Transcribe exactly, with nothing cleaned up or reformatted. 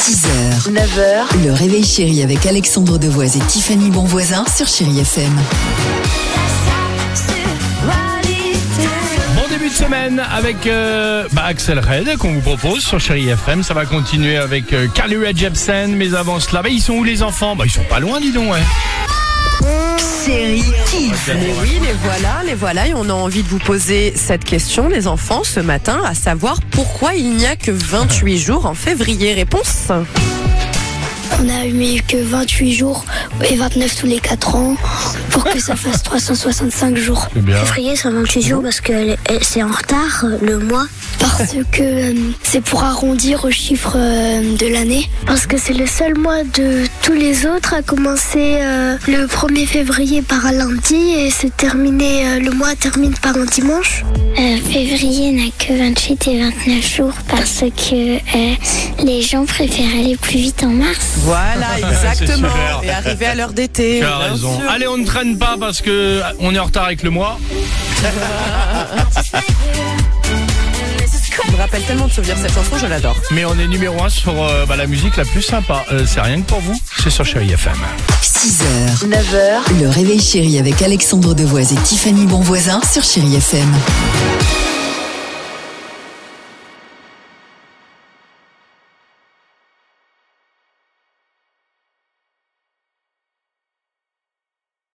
six heures, neuf heures, le réveil chéri avec Alexandre Devoise et Tiffany Bonvoisin sur Chéri F M. Bon début de semaine avec euh, bah, Axel Red qu'on vous propose sur Chéri F M. Ça va continuer avec euh, Carly Rae Jepsen. Mais avant cela, bah, ils sont où les enfants? Bah ils sont pas loin, dis donc, ouais. Chéri Kids. Mais oui, les voilà, les voilà, et on a envie de vous poser cette question, les enfants, ce matin, à savoir pourquoi il n'y a que vingt-huit jours en février. Réponse. On a mis que vingt-huit jours et vingt-neuf tous les quatre ans pour que ça fasse trois cent soixante-cinq jours. C'est bien. Février, c'est vingt-huit jours parce que c'est en retard, le mois. Parce que euh, c'est pour arrondir au chiffre euh, de l'année. Parce que c'est le seul mois de tous les autres à commencer euh, le premier février par un lundi et se terminer, euh, le mois termine par un dimanche. Euh, février n'a que vingt-huit et vingt-neuf jours parce que euh, les gens préfèrent aller plus vite en mars. Voilà, exactement. super. Et arriver à l'heure d'été. Tu as bien raison. sûr. Allez, on ne traîne pas parce que on est en retard avec le mois. Ça me rappelle tellement de souvenirs cette chanson, je l'adore. Mais on est numéro un sur euh, bah, la musique la plus sympa. Euh, c'est rien que pour vous, c'est sur Chéri F M. six heures, neuf heures, le réveil chéri avec Alexandre Devoise et Tiffany Bonvoisin sur Chéri F M.